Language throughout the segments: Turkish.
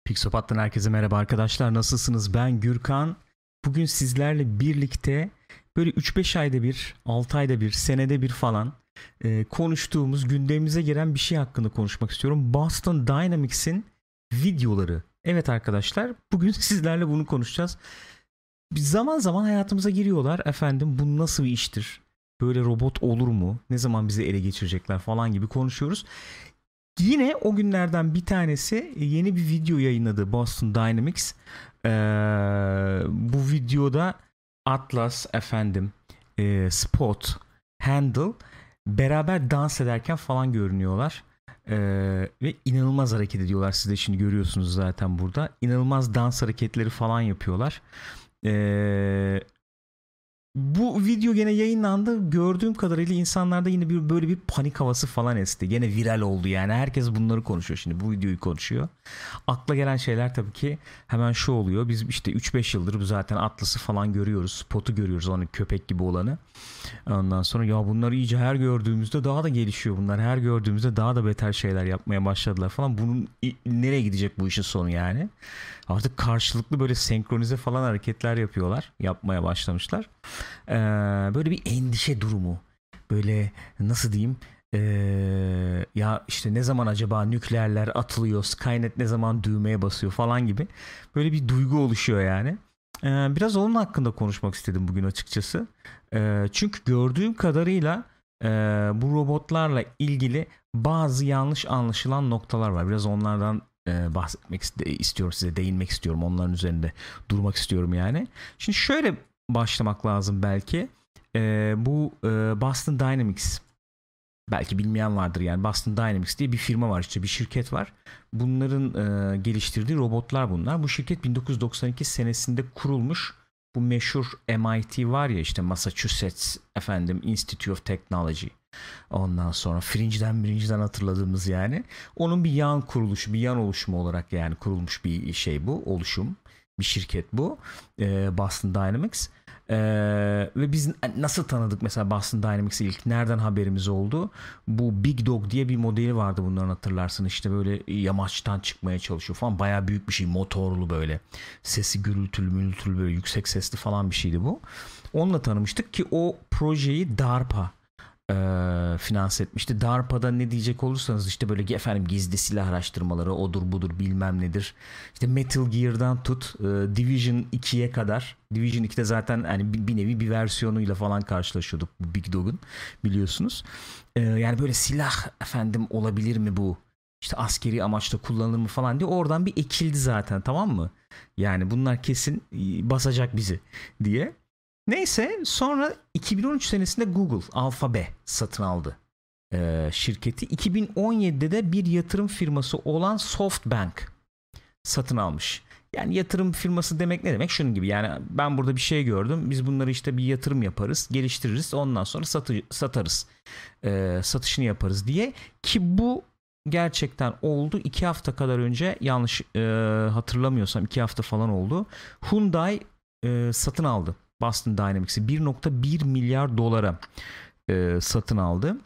Pixopat'tan herkese merhaba arkadaşlar. Nasılsınız? Ben Gürkan. Bugün sizlerle birlikte böyle 3-5 ayda bir, 6 ayda bir, senede bir falan konuştuğumuz, gündemimize giren bir şey hakkında konuşmak istiyorum. Boston Dynamics'in videoları. Evet arkadaşlar, bugün sizlerle bunu konuşacağız. Zaman zaman hayatımıza giriyorlar. Efendim bu nasıl bir iştir? Böyle robot olur mu? Ne zaman bizi ele geçirecekler falan gibi konuşuyoruz. Yine o günlerden bir tanesi yeni bir video yayınladı Boston Dynamics. Bu videoda Atlas Spot, Handle beraber dans ederken falan görünüyorlar. Ve inanılmaz hareket ediyorlar. Siz de şimdi görüyorsunuz zaten burada. İnanılmaz dans hareketleri falan yapıyorlar. Bu video gene yayınlandı. Gördüğüm kadarıyla insanlarda yine böyle bir panik havası falan esti. Gene viral oldu yani. Herkes bunları konuşuyor şimdi. Bu videoyu konuşuyor. Akla gelen şeyler tabii ki hemen şu oluyor. Biz işte 3-5 yıldır zaten Atlas'ı falan görüyoruz. Spot'u görüyoruz. Hani köpek gibi olanı. Ondan sonra ya bunları iyice her gördüğümüzde daha da gelişiyor bunlar. Her gördüğümüzde daha da beter şeyler yapmaya başladılar falan. Bunun nereye gidecek bu işin sonu yani? Artık karşılıklı böyle senkronize falan hareketler yapıyorlar. Yapmaya başlamışlar. Böyle bir endişe durumu. Böyle nasıl diyeyim? Ya işte ne zaman acaba nükleerler atılıyor, Skynet ne zaman düğmeye basıyor falan gibi böyle bir duygu oluşuyor yani. Biraz onun hakkında konuşmak istedim bugün açıkçası. Çünkü gördüğüm kadarıyla bu robotlarla ilgili bazı yanlış anlaşılan noktalar var. Biraz onlardan bahsetmek istiyorum, size değinmek istiyorum. Onların üzerinde durmak istiyorum yani. Şimdi şöyle başlamak lazım belki. Bu Boston Dynamics, belki bilmeyen vardır yani. Boston Dynamics diye bir firma var, işte bir şirket var. Bunların geliştirdiği robotlar bunlar. Bu şirket 1992 senesinde kurulmuş. Bu meşhur MIT var ya, işte Massachusetts Institute of Technology. Ondan sonra Fringe'den hatırladığımız yani. Onun bir yan kuruluşu, bir yan oluşumu olarak yani kurulmuş bir şey bu, oluşum. Bir şirket bu. Boston Dynamics. Ve biz nasıl tanıdık mesela Boston Dynamics'i, ilk nereden haberimiz oldu? Bu Big Dog diye bir modeli vardı bunların, hatırlarsın, işte böyle yamaçtan çıkmaya çalışıyor falan, bayağı büyük bir şey, motorlu, böyle sesi gürültülü böyle yüksek sesli falan bir şeydi bu. Onunla tanımıştık ki o projeyi DARPA finanse etmişti. DARPA'da ne diyecek olursanız işte böyle gizli silah araştırmaları, odur budur bilmem nedir. İşte Metal Gear'dan tut Division 2'ye kadar. Division 2'de zaten hani bir nevi bir versiyonuyla falan karşılaşıyorduk Big Dog'un, biliyorsunuz. Yani böyle silah olabilir mi bu? İşte askeri amaçla kullanılır mı falan diye oradan bir ekildi zaten, tamam mı? Yani bunlar kesin basacak bizi diye. Neyse, sonra 2013 senesinde Google, Alphabet satın aldı şirketi. 2017'de de bir yatırım firması olan SoftBank satın almış. Yani yatırım firması demek ne demek? Şunun gibi yani, ben burada bir şey gördüm. Biz bunları işte bir yatırım yaparız, geliştiririz. Ondan sonra satarız. Satışını yaparız diye. Ki bu gerçekten oldu. 2 hafta kadar önce, yanlış hatırlamıyorsam 2 hafta falan oldu. Hyundai satın aldı Boston Dynamics'i. 1.1 milyar dolara satın aldı.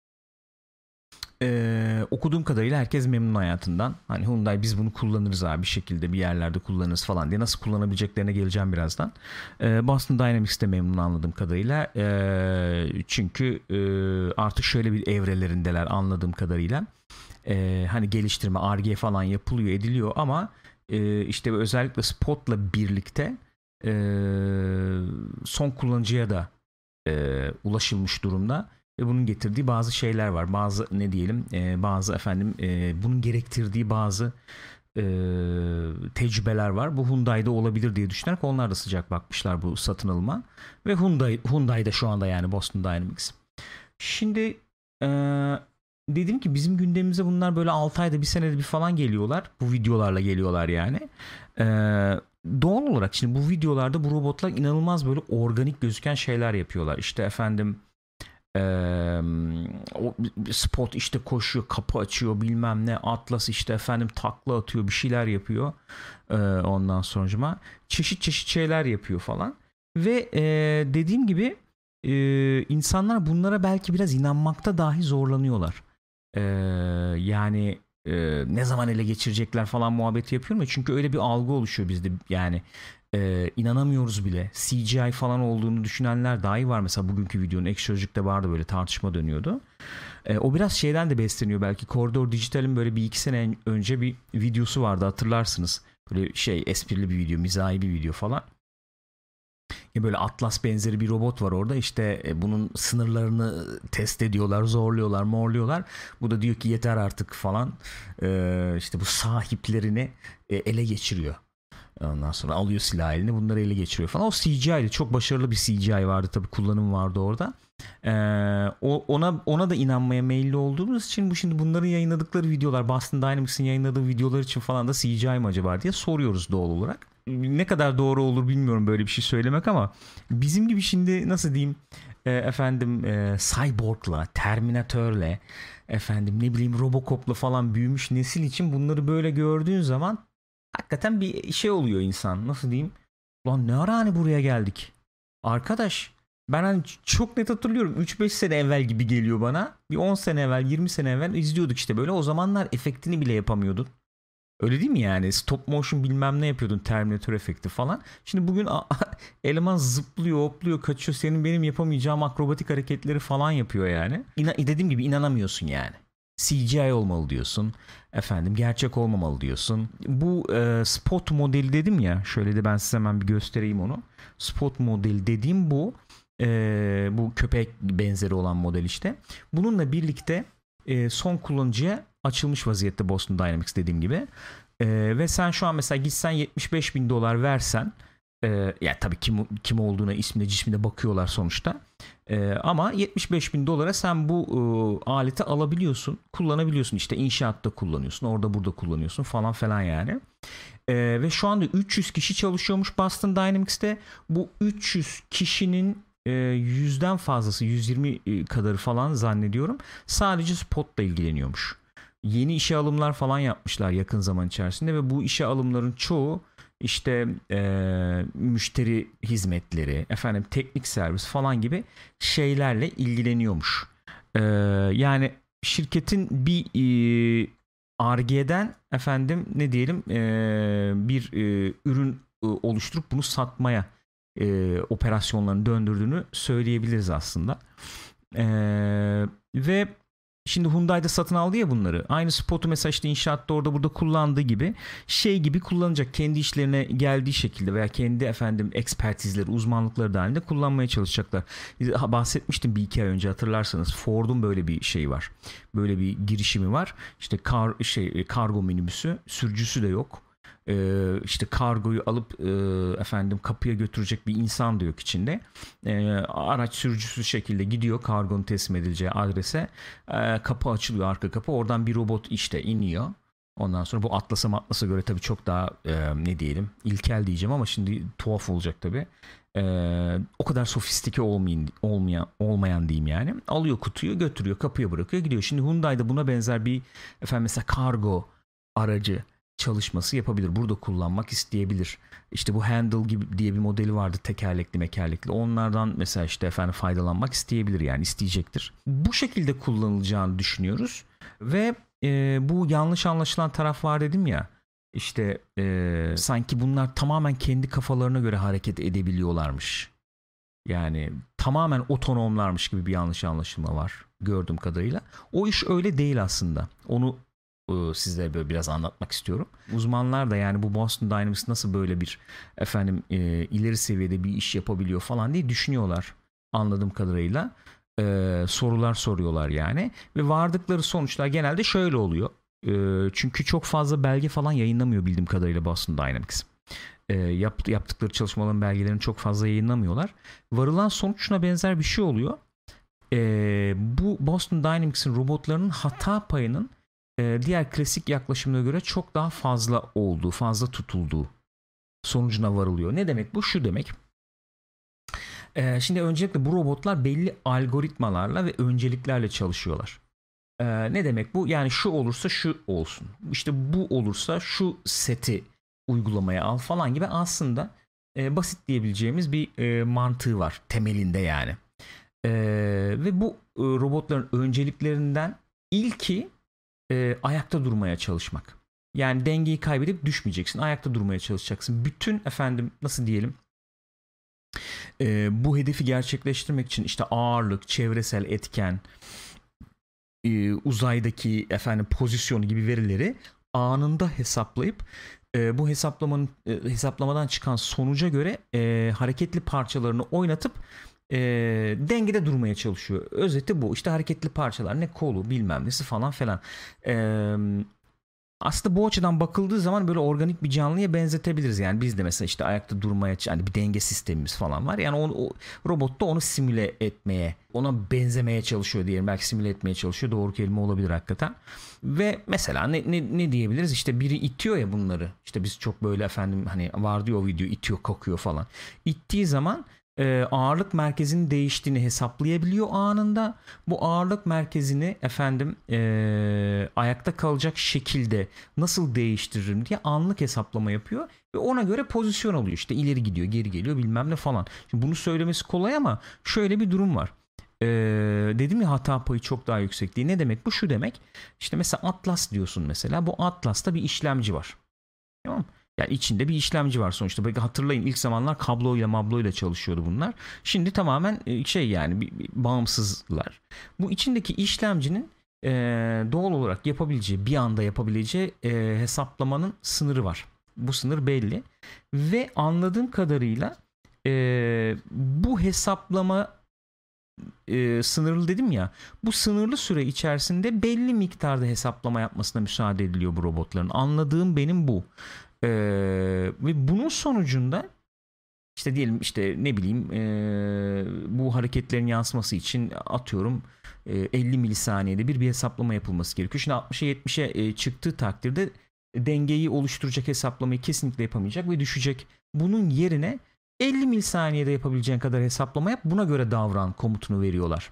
Okuduğum kadarıyla herkes memnun hayatından. Hani Hyundai, biz bunu kullanırız abi, bir şekilde bir yerlerde kullanırız falan diye. Nasıl kullanabileceklerine geleceğim birazdan. Boston Dynamics de memnun anladığım kadarıyla. Çünkü artık şöyle bir evrelerindeler anladığım kadarıyla. Hani geliştirme, R&D falan yapılıyor, ediliyor ama işte özellikle Spot'la birlikte son kullanıcıya da ulaşılmış durumda ve bunun getirdiği bazı şeyler var. Bazı bazı bunun gerektirdiği bazı tecrübeler var. Bu Hyundai'de olabilir diye düşünerek onlar da sıcak bakmışlar bu satın alma. Ve Hyundai'de şu anda yani Boston Dynamics. Şimdi dedim ki bizim gündemimize bunlar böyle 6 ayda bir senede bir falan geliyorlar. Bu videolarla geliyorlar yani. Doğal olarak şimdi bu videolarda bu robotlar inanılmaz böyle organik gözüken şeyler yapıyorlar. İşte o Spot işte koşuyor, kapı açıyor, bilmem ne. Atlas işte takla atıyor, bir şeyler yapıyor. Ondan sonucuma çeşit şeyler yapıyor falan. Ve dediğim gibi insanlar bunlara belki biraz inanmakta dahi zorlanıyorlar. Yani ne zaman ele geçirecekler falan muhabbeti yapıyorum ya. Çünkü öyle bir algı oluşuyor bizde. Yani inanamıyoruz bile. CGI falan olduğunu düşünenler dahi var. Mesela bugünkü videonun Ekşi Sözlük'te vardı, böyle tartışma dönüyordu. O biraz şeyden de besleniyor belki. Koridor Dijital'in böyle bir iki sene önce bir videosu vardı, hatırlarsınız. Böyle şey, esprili bir video, mizahi bir video falan. Ya böyle Atlas benzeri bir robot var orada, işte bunun sınırlarını test ediyorlar, zorluyorlar, morluyorlar. Bu da diyor ki yeter artık falan. İşte bu sahiplerini ele geçiriyor. Ondan sonra alıyor silah eline, bunları ele geçiriyor falan. O CGI'di. Çok başarılı bir CGI vardı tabii, kullanım vardı orada. Ona da inanmaya meyilli olduğumuz için bu, şimdi bunların yayınladıkları videolar, Boston Dynamics'in yayınladığı videolar için falan da CGI mi acaba diye soruyoruz doğal olarak. Ne kadar doğru olur bilmiyorum böyle bir şey söylemek, ama bizim gibi şimdi nasıl diyeyim, Cyborg'la, Terminator'le, efendim ne bileyim Robocop'la falan büyümüş nesil için bunları böyle gördüğün zaman hakikaten bir şey oluyor insan. Nasıl diyeyim? Lan ne ara hani buraya geldik? Arkadaş, ben hani çok net hatırlıyorum. 3-5 sene evvel gibi geliyor bana. Bir 10 sene evvel, 20 sene evvel izliyorduk işte böyle. O zamanlar efektini bile yapamıyordun. Öyle değil mi yani? Stop motion bilmem ne yapıyordun. Terminator efekti falan. Şimdi bugün eleman zıplıyor, hopluyor, kaçıyor. Senin benim yapamayacağım akrobatik hareketleri falan yapıyor yani. Dediğim gibi inanamıyorsun yani. CGI olmalı diyorsun. Efendim gerçek olmamalı diyorsun. Bu spot modeli dedim ya. Şöyle de ben size hemen bir göstereyim onu. Spot modeli dediğim bu. Bu köpek benzeri olan model işte. Bununla birlikte son kullanıcıya açılmış vaziyette Boston Dynamics, dediğim gibi. Ve sen şu an mesela gitsen $75.000 versen, ya tabii kim olduğuna, ismine, cismine bakıyorlar sonuçta. Ama $75.000'a sen bu aleti alabiliyorsun, kullanabiliyorsun. İşte inşaatta kullanıyorsun, orada burada kullanıyorsun falan falan yani. Ve şu anda 300 kişi çalışıyormuş Boston Dynamics'te. Bu 300 kişinin yüzden fazlası, 120 kadarı falan zannediyorum, sadece spotla ilgileniyormuş. Yeni işe alımlar falan yapmışlar yakın zaman içerisinde ve bu işe alımların çoğu işte müşteri hizmetleri, efendim teknik servis falan gibi şeylerle ilgileniyormuş. Yani şirketin bir Ar-Ge'den efendim ne diyelim bir ürün oluşturup bunu satmaya operasyonlarını döndürdüğünü söyleyebiliriz aslında. Ve şimdi Hyundai'de satın aldı ya bunları. Aynı spotu mesela işte inşaatta orada burada kullandığı gibi şey gibi kullanacak. Kendi işlerine geldiği şekilde veya kendi efendim ekspertizleri, uzmanlıkları dahilinde kullanmaya çalışacaklar. Bahsetmiştim bir iki ay önce, hatırlarsanız. Ford'un böyle bir şey var. Böyle bir girişimi var. İşte kargo minibüsü, sürücüsü de yok. İşte kargoyu alıp efendim kapıya götürecek bir insan da yok içinde. Araç sürücüsüz şekilde gidiyor kargonun teslim edileceği adrese. Kapı açılıyor, arka kapı. Oradan bir robot işte iniyor. Ondan sonra bu Atlas'a göre tabii çok daha ne diyelim, ilkel diyeceğim ama şimdi tuhaf olacak tabii. O kadar sofistike olmayan diyeyim yani. Alıyor kutuyu, götürüyor, kapıya bırakıyor, gidiyor. Şimdi Hyundai'de buna benzer bir efendim mesela kargo aracı çalışması yapabilir. Burada kullanmak isteyebilir. İşte bu Handle gibi diye bir modeli vardı, tekerlekli mekerlekli. Onlardan mesela işte efendim faydalanmak isteyebilir, yani isteyecektir. Bu şekilde kullanılacağını düşünüyoruz. Ve bu yanlış anlaşılan taraf var dedim ya. İşte sanki bunlar tamamen kendi kafalarına göre hareket edebiliyorlarmış. Yani tamamen otonomlarmış gibi bir yanlış anlaşılma var gördüğüm kadarıyla. O iş öyle değil aslında. Onu sizlere böyle biraz anlatmak istiyorum. Uzmanlar da yani bu Boston Dynamics nasıl böyle bir efendim ileri seviyede bir iş yapabiliyor falan diye düşünüyorlar anladığım kadarıyla. Sorular soruyorlar yani ve vardıkları sonuçlar genelde şöyle oluyor. Çünkü çok fazla belge falan yayınlamıyor bildiğim kadarıyla Boston Dynamics. Yaptıkları çalışmaların belgelerini çok fazla yayınlamıyorlar. Varılan sonuç şuna benzer bir şey oluyor. Bu Boston Dynamics'in robotlarının hata payının diğer klasik yaklaşımlara göre çok daha fazla olduğu, fazla tutulduğu sonucuna varılıyor. Ne demek bu? Şu demek. Şimdi öncelikle bu robotlar belli algoritmalarla ve önceliklerle çalışıyorlar. Ne demek bu? Yani şu olursa şu olsun. İşte bu olursa şu seti uygulamaya al falan gibi, aslında basit diyebileceğimiz bir mantığı var temelinde yani. Ve bu robotların önceliklerinden ilki ayakta durmaya çalışmak. Yani dengeyi kaybedip düşmeyeceksin. Ayakta durmaya çalışacaksın. Bütün nasıl diyelim, bu hedefi gerçekleştirmek için işte ağırlık, çevresel etken, uzaydaki pozisyonu gibi verileri anında hesaplayıp bu hesaplamadan çıkan sonuca göre hareketli parçalarını oynatıp dengede durmaya çalışıyor. Özeti bu. İşte hareketli parçalar ne, kolu bilmem nesi falan filan. Aslında bu açıdan bakıldığı zaman böyle organik bir canlıya benzetebiliriz. Yani biz de mesela işte ayakta durmaya, hani bir denge sistemimiz falan var. Yani o robot da onu simüle etmeye, ona benzemeye çalışıyor diyelim. Belki simüle etmeye çalışıyor. Doğru kelime olabilir hakikaten. Ve mesela ne diyebiliriz? İşte biri itiyor ya bunları. İşte biz çok böyle hani vardı ya o video, itiyor, kalkıyor falan. İttiği zaman ağırlık merkezinin değiştiğini hesaplayabiliyor anında. Bu ağırlık merkezini ayakta kalacak şekilde nasıl değiştiririm diye anlık hesaplama yapıyor ve ona göre pozisyon alıyor. İşte ileri gidiyor, geri geliyor, bilmem ne falan. Şimdi bunu söylemesi kolay ama şöyle bir durum var. Dedim ya, hata payı çok daha yüksek diye. Ne demek bu? Şu demek. İşte mesela Atlas diyorsun mesela. Bu Atlas'ta bir işlemci var. Tamam mı? Yani içinde bir işlemci var sonuçta. Belki hatırlayın, ilk zamanlar kabloyla çalışıyordu bunlar. Şimdi tamamen yani bağımsızlar. Bu içindeki işlemcinin doğal olarak bir anda yapabileceği hesaplamanın sınırı var. Bu sınır belli. Ve anladığım kadarıyla bu hesaplama sınırlı dedim ya. Bu sınırlı süre içerisinde belli miktarda hesaplama yapmasına müsaade ediliyor bu robotların. Anladığım benim bu. Ve bunun sonucunda işte diyelim ne bileyim bu hareketlerin yansıması için atıyorum 50 milisaniyede bir hesaplama yapılması gerekiyor. Şimdi 60'a 70'e çıktığı takdirde dengeyi oluşturacak hesaplamayı kesinlikle yapamayacak ve düşecek. Bunun yerine 50 milisaniyede yapabileceğin kadar hesaplama yap, buna göre davran komutunu veriyorlar.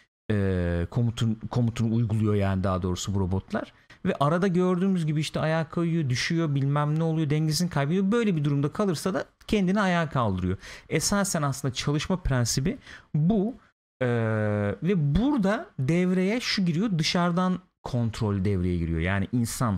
Komutunu uyguluyor yani, daha doğrusu bu robotlar. Ve arada gördüğümüz gibi işte ayağa kayıyor, düşüyor, bilmem ne oluyor, dengesini kaybediyor. Böyle bir durumda kalırsa da kendini ayağa kaldırıyor. Esasen aslında çalışma prensibi bu. Ve burada devreye şu giriyor, dışarıdan kontrol devreye giriyor. Yani insan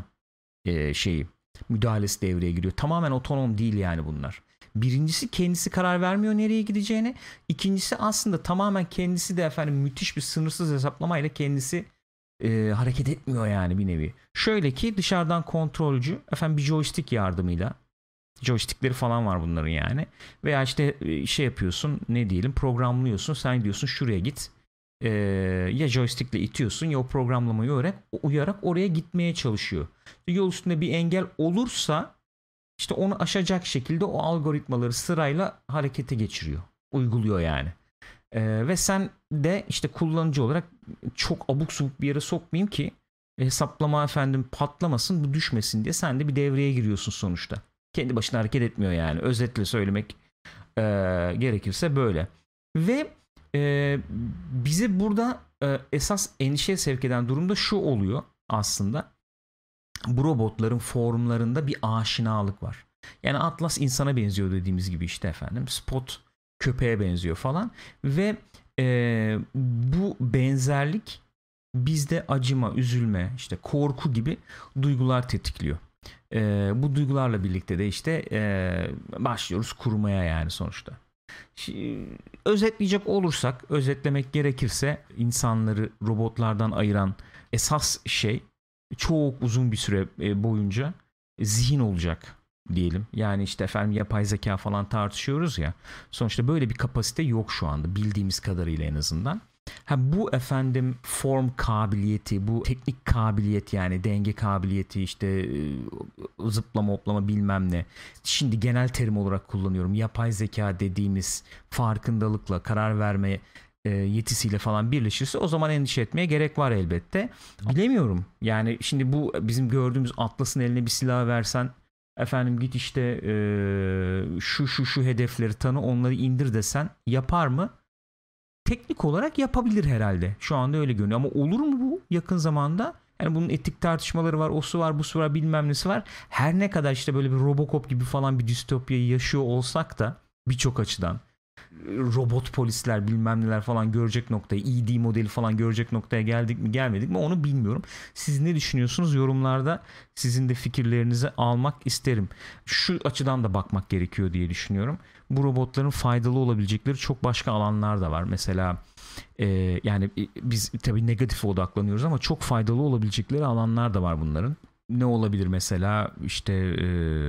müdahalesi devreye giriyor. Tamamen otonom değil yani bunlar. Birincisi, kendisi karar vermiyor nereye gideceğine. İkincisi, aslında tamamen kendisi de müthiş bir sınırsız hesaplamayla kendisi hareket etmiyor yani bir nevi. Şöyle ki, dışarıdan kontrolcü bir joystick yardımıyla, joystickleri falan var bunların yani, veya işte yapıyorsun, ne diyelim, programlıyorsun, sen diyorsun şuraya git, ya joystickle itiyorsun ya o programlamayı uyarak oraya gitmeye çalışıyor. Yol üstünde bir engel olursa işte onu aşacak şekilde o algoritmaları sırayla harekete geçiriyor, uyguluyor yani. Ve sen de işte kullanıcı olarak çok abuk subuk bir yere sokmayayım ki hesaplama patlamasın, bu düşmesin diye sen de bir devreye giriyorsun sonuçta. Kendi başına hareket etmiyor yani. Özetle söylemek gerekirse böyle. Ve bize burada esas endişeye sevk eden durumda şu oluyor aslında. Bu robotların formlarında bir aşinalık var. Yani Atlas insana benziyor dediğimiz gibi, işte Spot köpeğe benziyor falan. Ve bu benzerlik bizde acıma, üzülme, işte korku gibi duygular tetikliyor. Bu duygularla birlikte de işte başlıyoruz kurmaya yani sonuçta. Özetlemek gerekirse, insanları robotlardan ayıran esas şey çok uzun bir süre boyunca zihin olacak diyelim. Yani işte yapay zeka falan tartışıyoruz ya. Sonuçta böyle bir kapasite yok şu anda, bildiğimiz kadarıyla en azından. Bu form kabiliyeti, bu teknik kabiliyet, yani denge kabiliyeti, işte zıplama hoplama bilmem ne. Şimdi genel terim olarak kullanıyorum. Yapay zeka dediğimiz farkındalıkla, karar verme yetisiyle falan birleşirse, o zaman endişe etmeye gerek var elbette. Bilemiyorum. Yani şimdi bu bizim gördüğümüz Atlas'ın eline bir silah versen, git işte şu hedefleri tanı, onları indir desen, yapar mı? Teknik olarak yapabilir herhalde. Şu anda öyle görünüyor. Ama olur mu bu yakın zamanda? Yani bunun etik tartışmaları var, osu var, busu var, bilmem nesi var. Her ne kadar işte böyle bir Robocop gibi falan bir distopyayı yaşıyor olsak da birçok açıdan, robot polisler bilmem neler falan görecek noktaya, ED modeli falan görecek noktaya geldik mi gelmedik mi onu bilmiyorum. Siz ne düşünüyorsunuz? Yorumlarda sizin de fikirlerinizi almak isterim. Şu açıdan da bakmak gerekiyor diye düşünüyorum. Bu robotların faydalı olabilecekleri çok başka alanlar da var. Mesela yani biz tabii negatife odaklanıyoruz ama çok faydalı olabilecekleri alanlar da var bunların. Ne olabilir mesela, işte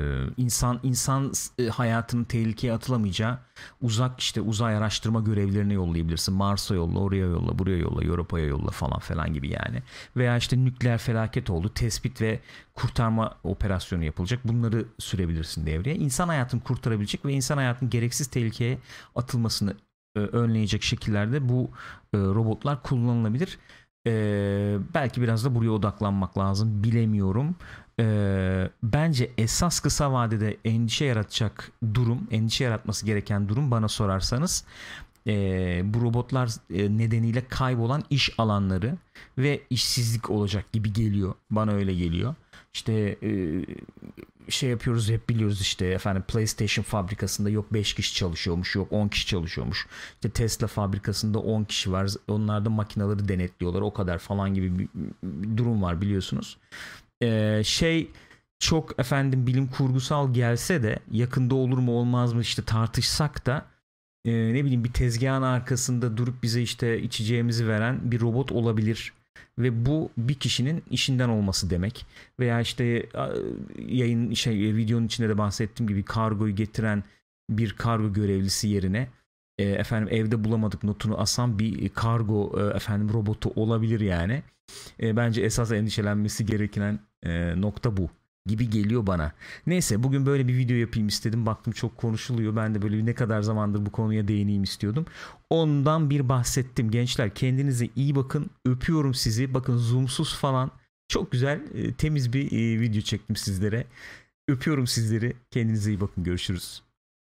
insan hayatının tehlikeye atılamayacağı uzak işte uzay araştırma görevlerine yollayabilirsin. Mars'a yolla, oraya yolla, buraya yolla, Europa'ya yolla falan falan gibi yani. Veya işte nükleer felaket oldu, tespit ve kurtarma operasyonu yapılacak. Bunları sürebilirsin devreye. İnsan hayatını kurtarabilecek ve insan hayatının gereksiz tehlikeye atılmasını önleyecek şekillerde bu robotlar kullanılabilir. Belki biraz da buraya odaklanmak lazım. Bilemiyorum. Bence esas kısa vadede endişe yaratacak durum, endişe yaratması gereken durum bana sorarsanız bu robotlar nedeniyle kaybolan iş alanları ve işsizlik olacak gibi geliyor. Bana öyle geliyor. İşte şey yapıyoruz, hep biliyoruz işte efendim, PlayStation fabrikasında yok 5 kişi çalışıyormuş, yok 10 kişi çalışıyormuş. İşte Tesla fabrikasında 10 kişi var. Onlar da makineleri denetliyorlar. O kadar falan gibi bir durum var biliyorsunuz. Şey çok efendim bilim kurgusal gelse de yakında olur mu olmaz mı işte tartışsak da ne bileyim bir tezgahın arkasında durup bize işte içeceğimizi veren bir robot olabilir. Ve bu bir kişinin işinden olması demek. Veya işte videonun içinde de bahsettiğim gibi kargoyu getiren bir kargo görevlisi yerine efendim evde bulamadık notunu asan bir kargo efendim robotu olabilir yani. Bence esas endişelenmesi gereken nokta bu gibi geliyor bana. Neyse, bugün böyle bir video yapayım istedim. Baktım çok konuşuluyor. Ben de böyle ne kadar zamandır bu konuya değineyim istiyordum. Ondan bir bahsettim. Gençler, kendinize iyi bakın. Öpüyorum sizi. Bakın zoomsuz falan. Çok güzel, temiz bir video çektim sizlere. Öpüyorum sizleri. Kendinize iyi bakın. Görüşürüz.